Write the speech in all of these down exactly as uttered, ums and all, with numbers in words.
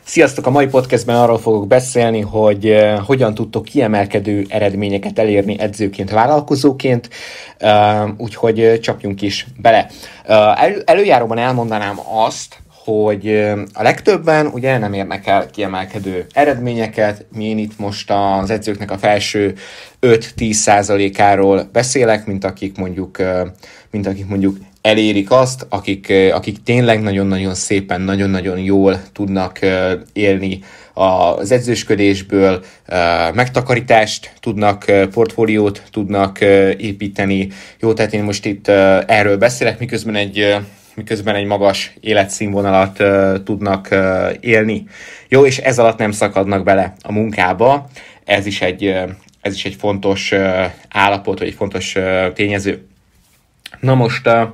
Sziasztok! A mai podcastben arról fogok beszélni, hogy uh, hogyan tudtok kiemelkedő eredményeket elérni edzőként, vállalkozóként, uh, úgyhogy uh, csapjunk is bele. Uh, elő, előjáróban elmondanám azt, hogy uh, a legtöbben ugye nem érnek el kiemelkedő eredményeket. Én itt most az edzőknek a felső öt-tíz százalékáról beszélek, mint akik mondjuk, uh, mint akik mondjuk elérik azt, akik, akik tényleg nagyon-nagyon szépen, nagyon-nagyon jól tudnak élni az edzősködésből, megtakarítást tudnak, portfóliót tudnak építeni. Jó, tehát én most itt erről beszélek, miközben egy, miközben egy magas életszínvonalat tudnak élni. Jó, és ez alatt nem szakadnak bele a munkába. Ez is egy, ez is egy fontos állapot, vagy egy fontos tényező. Na most uh,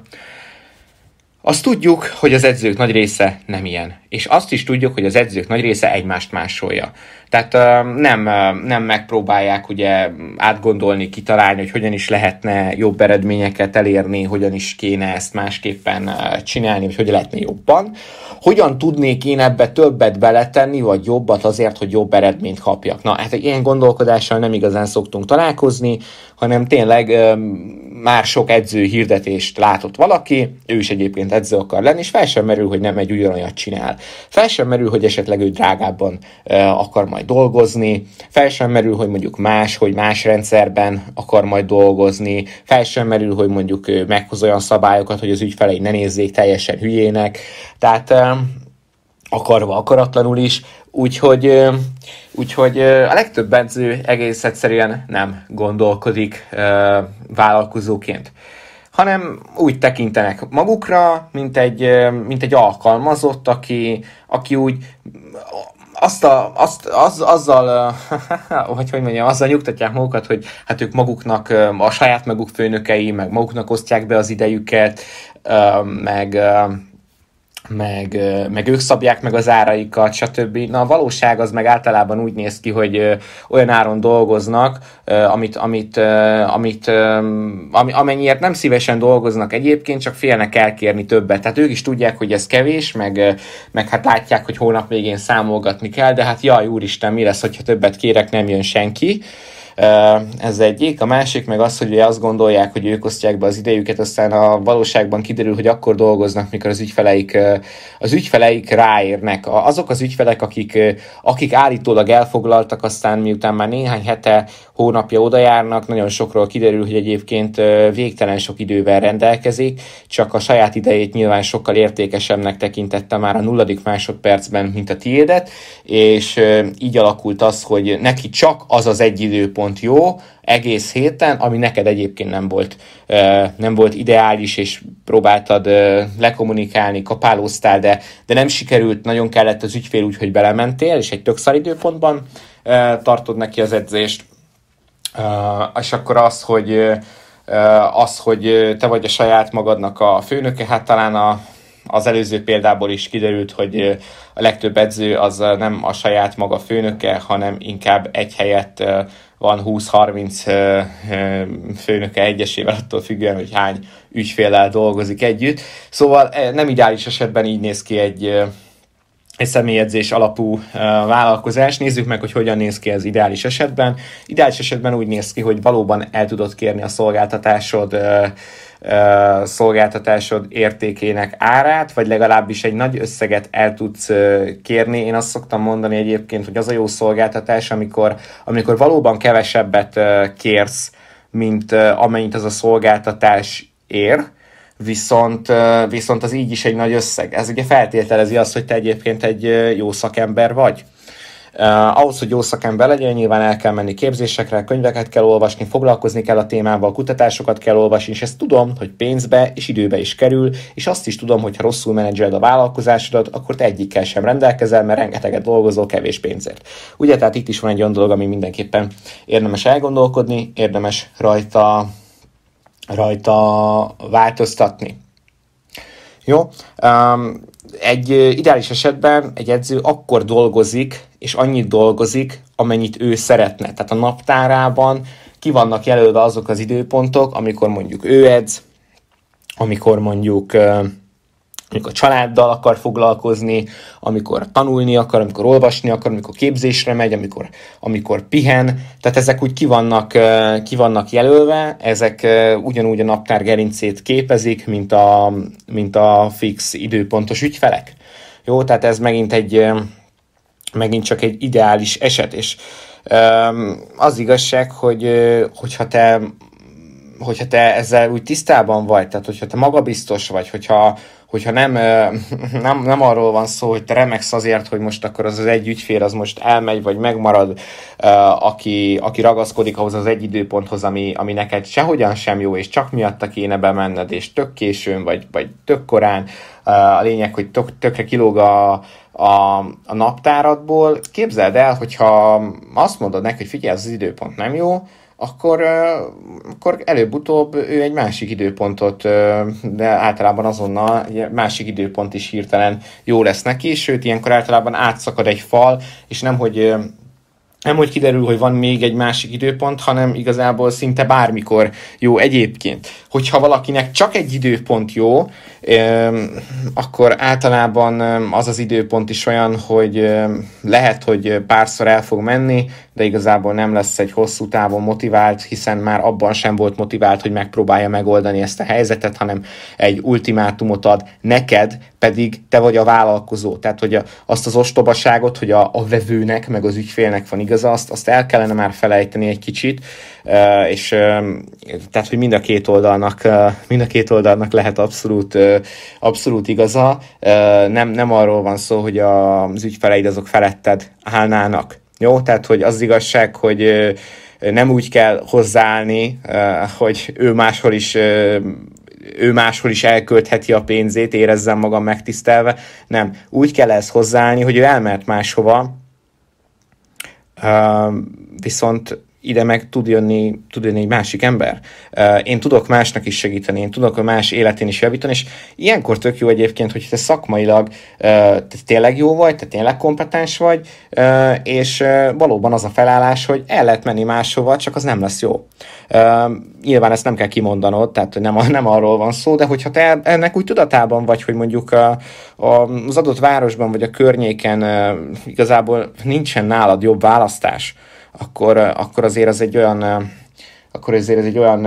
azt tudjuk, hogy az edzők nagy része nem ilyen. És azt is tudjuk, hogy az edzők nagy része egymást másolja. Tehát uh, nem, uh, nem megpróbálják ugye átgondolni, kitalálni, hogy hogyan is lehetne jobb eredményeket elérni, hogyan is kéne ezt másképpen uh, csinálni, vagy hogyan lehetne jobban. Hogyan tudnék én ebbe többet beletenni, vagy jobbat azért, hogy jobb eredményt kapjak. Na, hát egy ilyen gondolkodással nem igazán szoktunk találkozni, hanem tényleg uh, már sok edző hirdetést látott valaki, ő is egyébként edző akar lenni, és fel sem merül, hogy nem egy ugyanolyat csinál. Fel sem merül, hogy esetleg ő drágábban uh, akar majd dolgozni, fel sem merül, hogy mondjuk más, hogy más rendszerben akar majd dolgozni, fel sem merül, hogy mondjuk uh, meghoz olyan szabályokat, hogy az ügyfelei ne nézzék teljesen hülyének, tehát uh, akarva, akaratlanul is, úgyhogy, uh, úgyhogy uh, a legtöbb edző egész egyszerűen nem gondolkodik uh, vállalkozóként, hanem úgy tekintenek magukra, mint egy, mint egy alkalmazott, aki, aki úgy azt a, azt, az, azzal, hogy, hogy mondjam, azzal nyugtatják magukat, hogy hát ők maguknak a saját maguk főnökei, meg maguknak osztják be az idejüket, meg... Meg, meg ők szabják meg az áraikat, stb. Na, a valóság az meg általában úgy néz ki, hogy olyan áron dolgoznak, amit, amit, amit, ami, amennyiért nem szívesen dolgoznak egyébként, csak félnek elkérni többet. Tehát ők is tudják, hogy ez kevés, meg, meg hát látják, hogy hónap végén számolgatni kell, de hát jaj, úristen, mi lesz, hogyha többet kérek, nem jön senki. Ez egyik. A másik meg az, hogy azt gondolják, hogy ők osztják be az idejüket, aztán a valóságban kiderül, hogy akkor dolgoznak, mikor az ügyfeleik, az ügyfeleik ráérnek. Azok az ügyfelek, akik, akik állítólag elfoglaltak, aztán miután már néhány hete, hónapja oda járnak, nagyon sokról kiderül, hogy egyébként végtelen sok idővel rendelkezik, csak a saját idejét nyilván sokkal értékesebbnek tekintette már a nulladik másodpercben, mint a tiédet, és így alakult az, hogy neki csak az az egy időpont jó egész héten, ami neked egyébként nem volt, nem volt ideális, és próbáltad lekommunikálni, kapálóztál, de, de nem sikerült, nagyon kellett az ügyfél úgy, hogy belementél, és egy tök szar időpontban tartod neki az edzést. Uh, és akkor az, hogy, uh, az, hogy te vagy a saját magadnak a főnöke, hát talán a, az előző példából is kiderült, hogy a legtöbb edző az nem a saját maga főnöke, hanem inkább egy helyett uh, van húsz-harminc uh, főnöke egyesével, attól függően, hogy hány ügyféllel dolgozik együtt. Szóval nem ideális esetben így néz ki egy egy személyedzés alapú uh, vállalkozás. Nézzük meg, hogy hogyan néz ki ez ideális esetben. Ideális esetben úgy néz ki, hogy valóban el tudod kérni a szolgáltatásod, uh, uh, szolgáltatásod értékének árát, vagy legalábbis egy nagy összeget el tudsz uh, kérni. Én azt szoktam mondani egyébként, hogy az a jó szolgáltatás, amikor, amikor valóban kevesebbet uh, kérsz, mint uh, amennyit az a szolgáltatás ér, Viszont, viszont az így is egy nagy összeg. Ez ugye feltételezi azt, hogy te egyébként egy jó szakember vagy. Uh, ahhoz, hogy jó szakember legyen, nyilván el kell menni képzésekre, könyveket kell olvasni, foglalkozni kell a témával, kutatásokat kell olvasni, és ezt tudom, hogy pénzbe és időbe is kerül, és azt is tudom, hogy ha rosszul menedzseled a vállalkozásodat, akkor te egyikkel sem rendelkezel, mert rengeteget dolgozol kevés pénzért. Ugye, tehát itt is van egy olyan dolog, ami mindenképpen érdemes elgondolkodni, érdemes rajta rajta változtatni. Jó? Um, egy ideális esetben egy edző akkor dolgozik, és annyit dolgozik, amennyit ő szeretne. Tehát a naptárában ki vannak jelölve azok az időpontok, amikor mondjuk ő edz, amikor mondjuk uh, amikor családdal akar foglalkozni, amikor tanulni akar, amikor olvasni akar, amikor képzésre megy, amikor, amikor pihen. Tehát ezek úgy ki vannak, ki vannak jelölve, ezek ugyanúgy a naptár gerincét képezik, mint a, mint a fix időpontos ügyfelek. Jó, tehát ez megint egy megint csak egy ideális eset, és az igazság, hogy hogyha te hogyha te ezzel úgy tisztában vagy, tehát hogyha te magabiztos vagy, hogyha, hogyha nem, nem, nem arról van szó, hogy te remegsz azért, hogy most akkor az az egy ügyfél az most elmegy, vagy megmarad, aki, aki ragaszkodik ahhoz az egy időponthoz, ami, ami neked sehogyan sem jó, és csak miatta kéne bemenned, és tök későn, vagy, vagy tök korán. A lényeg, hogy tök, tökre kilóg a, a, a naptáradból. Képzeld el, hogyha azt mondod neki, hogy figyelj, az időpont nem jó, akkor, akkor előbb-utóbb ő egy másik időpontot, de általában azonnal egy másik időpont is hirtelen jó lesz neki, sőt, ilyenkor általában átszakad egy fal, és nem, hogy nem, hogy kiderül, hogy van még egy másik időpont, hanem igazából szinte bármikor jó egyébként. Hogyha valakinek csak egy időpont jó, akkor általában az az időpont is olyan, hogy lehet, hogy párszor el fog menni, de igazából nem lesz egy hosszú távon motivált, hiszen már abban sem volt motivált, hogy megpróbálja megoldani ezt a helyzetet, hanem egy ultimátumot ad neked, pedig te vagy a vállalkozó. Tehát, hogy a, azt az ostobaságot, hogy a, a vevőnek, meg az ügyfélnek van igaza, azt, azt el kellene már felejteni egy kicsit, és tehát, hogy mind a két oldalnak, mind a két oldalnak lehet abszolút, abszolút igaza. Nem, nem arról van szó, hogy az ügyfeleid azok feletted állnának. Jó? Tehát, hogy az igazság, hogy nem úgy kell hozzáállni, hogy ő máshol is ő máshol is elköltheti a pénzét, érezzem magam megtisztelve. Nem. Úgy kell ezt hozzáállni, hogy ő elmehet máshova, viszont ide meg tud jönni, tud jönni egy másik ember. Én tudok másnak is segíteni, én tudok a más életén is javítani, és ilyenkor tök jó egyébként, hogy te szakmailag te tényleg jó vagy, te tényleg kompetens vagy, és valóban az a felállás, hogy el lehet menni máshova, csak az nem lesz jó. Nyilván ezt nem kell kimondanod, tehát nem, nem arról van szó, de hogyha te ennek úgy tudatában vagy, hogy mondjuk a, a, az adott városban vagy a környéken igazából nincsen nálad jobb választás, Akkor, akkor azért az egy olyan, akkor azért ez egy olyan,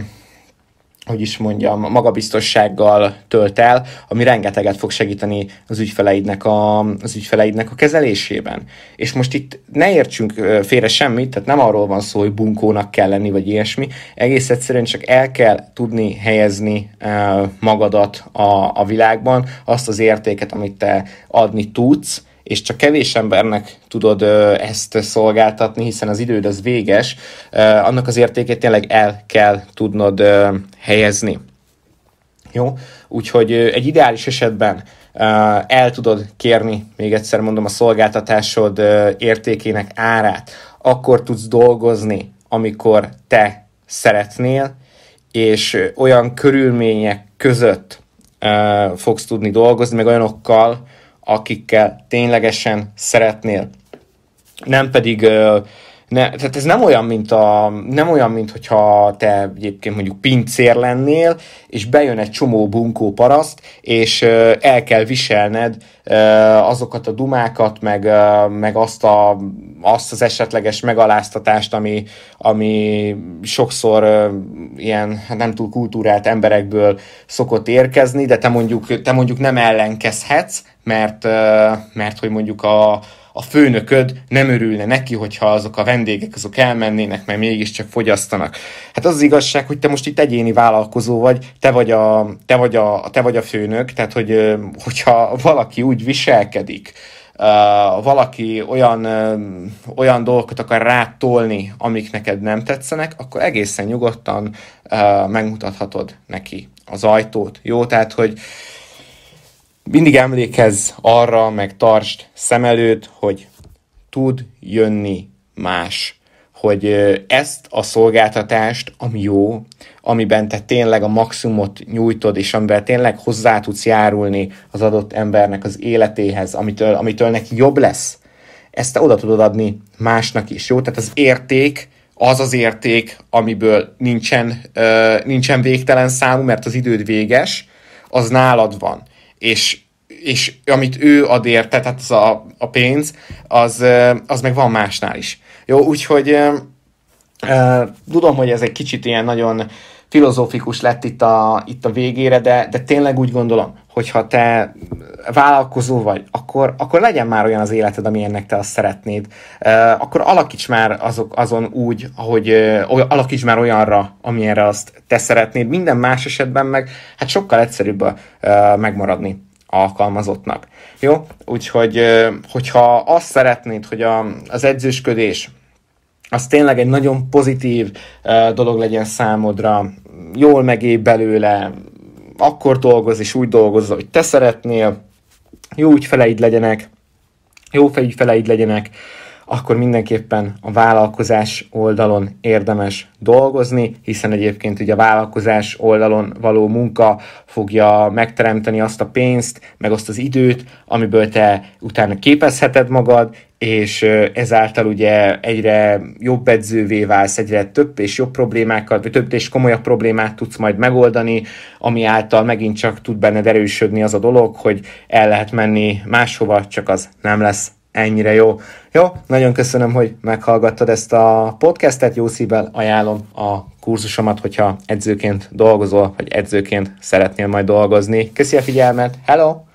hogy is mondjam, magabiztossággal tölt el, ami rengeteget fog segíteni az ügyfeleidnek a, az ügyfeleidnek a kezelésében. És most itt ne értsünk félre semmit, tehát nem arról van szó, hogy bunkónak kell lenni, vagy ilyesmi, egész egyszerűen csak el kell tudni helyezni magadat a, a világban, azt az értéket, amit te adni tudsz, és csak kevés embernek tudod ö, ezt szolgáltatni, hiszen az időd az véges, ö, annak az értékét tényleg el kell tudnod ö, helyezni. Jó? Úgyhogy ö, egy ideális esetben ö, el tudod kérni, még egyszer mondom, a szolgáltatásod ö, értékének árát, akkor tudsz dolgozni, amikor te szeretnél, és ö, olyan körülmények között ö, fogsz tudni dolgozni, meg olyanokkal, akikkel ténylegesen szeretnél. Nem pedig, ne, tehát ez nem olyan, mint a, nem olyan, mint hogyha te egyébként mondjuk pincér lennél, és bejön egy csomó bunkó paraszt, és el kell viselned azokat a dumákat, meg, meg azt, a, azt az esetleges megaláztatást, ami, ami sokszor ilyen hát nem túl kultúrált emberekből szokott érkezni, de te mondjuk, te mondjuk nem ellenkezhetsz, mert, mert hogy mondjuk a, a főnököd nem örülne neki, hogyha azok a vendégek azok elmennének, mert mégiscsak fogyasztanak. Hát az az igazság, hogy te most itt egyéni vállalkozó vagy, te vagy a, te vagy a, te vagy a főnök, tehát hogy, hogyha valaki úgy viselkedik, Uh, valaki olyan, uh, olyan dolgokat akar rátolni, amik neked nem tetszenek, akkor egészen nyugodtan uh, megmutathatod neki az ajtót. Jó, tehát, hogy mindig emlékezz arra, meg tartsd szem előtt, hogy tud jönni más. Hogy ezt a szolgáltatást, ami jó, amiben te tényleg a maximumot nyújtod, és amiben tényleg hozzá tudsz járulni az adott embernek az életéhez, amitől, amitől neki jobb lesz, ezt te oda tudod adni másnak is. Jó? Tehát az érték, az az érték, amiből nincsen, uh, nincsen végtelen számú, mert az időd véges, az nálad van. és, és amit ő ad érte, tehát az a, a pénz, az, az meg van másnál is. Jó, úgyhogy uh, tudom, hogy ez egy kicsit ilyen nagyon filozófikus lett itt a, itt a végére, de, de tényleg úgy gondolom, hogyha te vállalkozó vagy, akkor, akkor legyen már olyan az életed, amilyennek te azt szeretnéd. Uh, akkor alakíts már azok, azon úgy, hogy uh, alakíts már olyanra, amilyenre azt te szeretnéd. Minden más esetben meg hát sokkal egyszerűbb uh, megmaradni alkalmazottnak. Jó? Úgyhogy, uh, hogyha azt szeretnéd, hogy a, az edzősködés az tényleg egy nagyon pozitív uh, dolog legyen számodra, jól megébb belőle, akkor dolgoz és úgy dolgozz, hogy te szeretnél, jó ügyfeleid legyenek, jó ügyfeleid legyenek, akkor mindenképpen a vállalkozás oldalon érdemes dolgozni, hiszen egyébként ugye a vállalkozás oldalon való munka fogja megteremteni azt a pénzt, meg azt az időt, amiből te utána képezheted magad, és ezáltal ugye egyre jobb edzővé válsz, egyre több és jobb problémákat, vagy több és komolyabb problémát tudsz majd megoldani, ami által megint csak tud benned erősödni az a dolog, hogy el lehet menni máshova, csak az nem lesz ennyire jó. Jó, nagyon köszönöm, hogy meghallgattad ezt a podcastet, jó szívvel ajánlom a kurzusomat, hogyha edzőként dolgozol, vagy edzőként szeretnél majd dolgozni. Köszi a figyelmet, hello!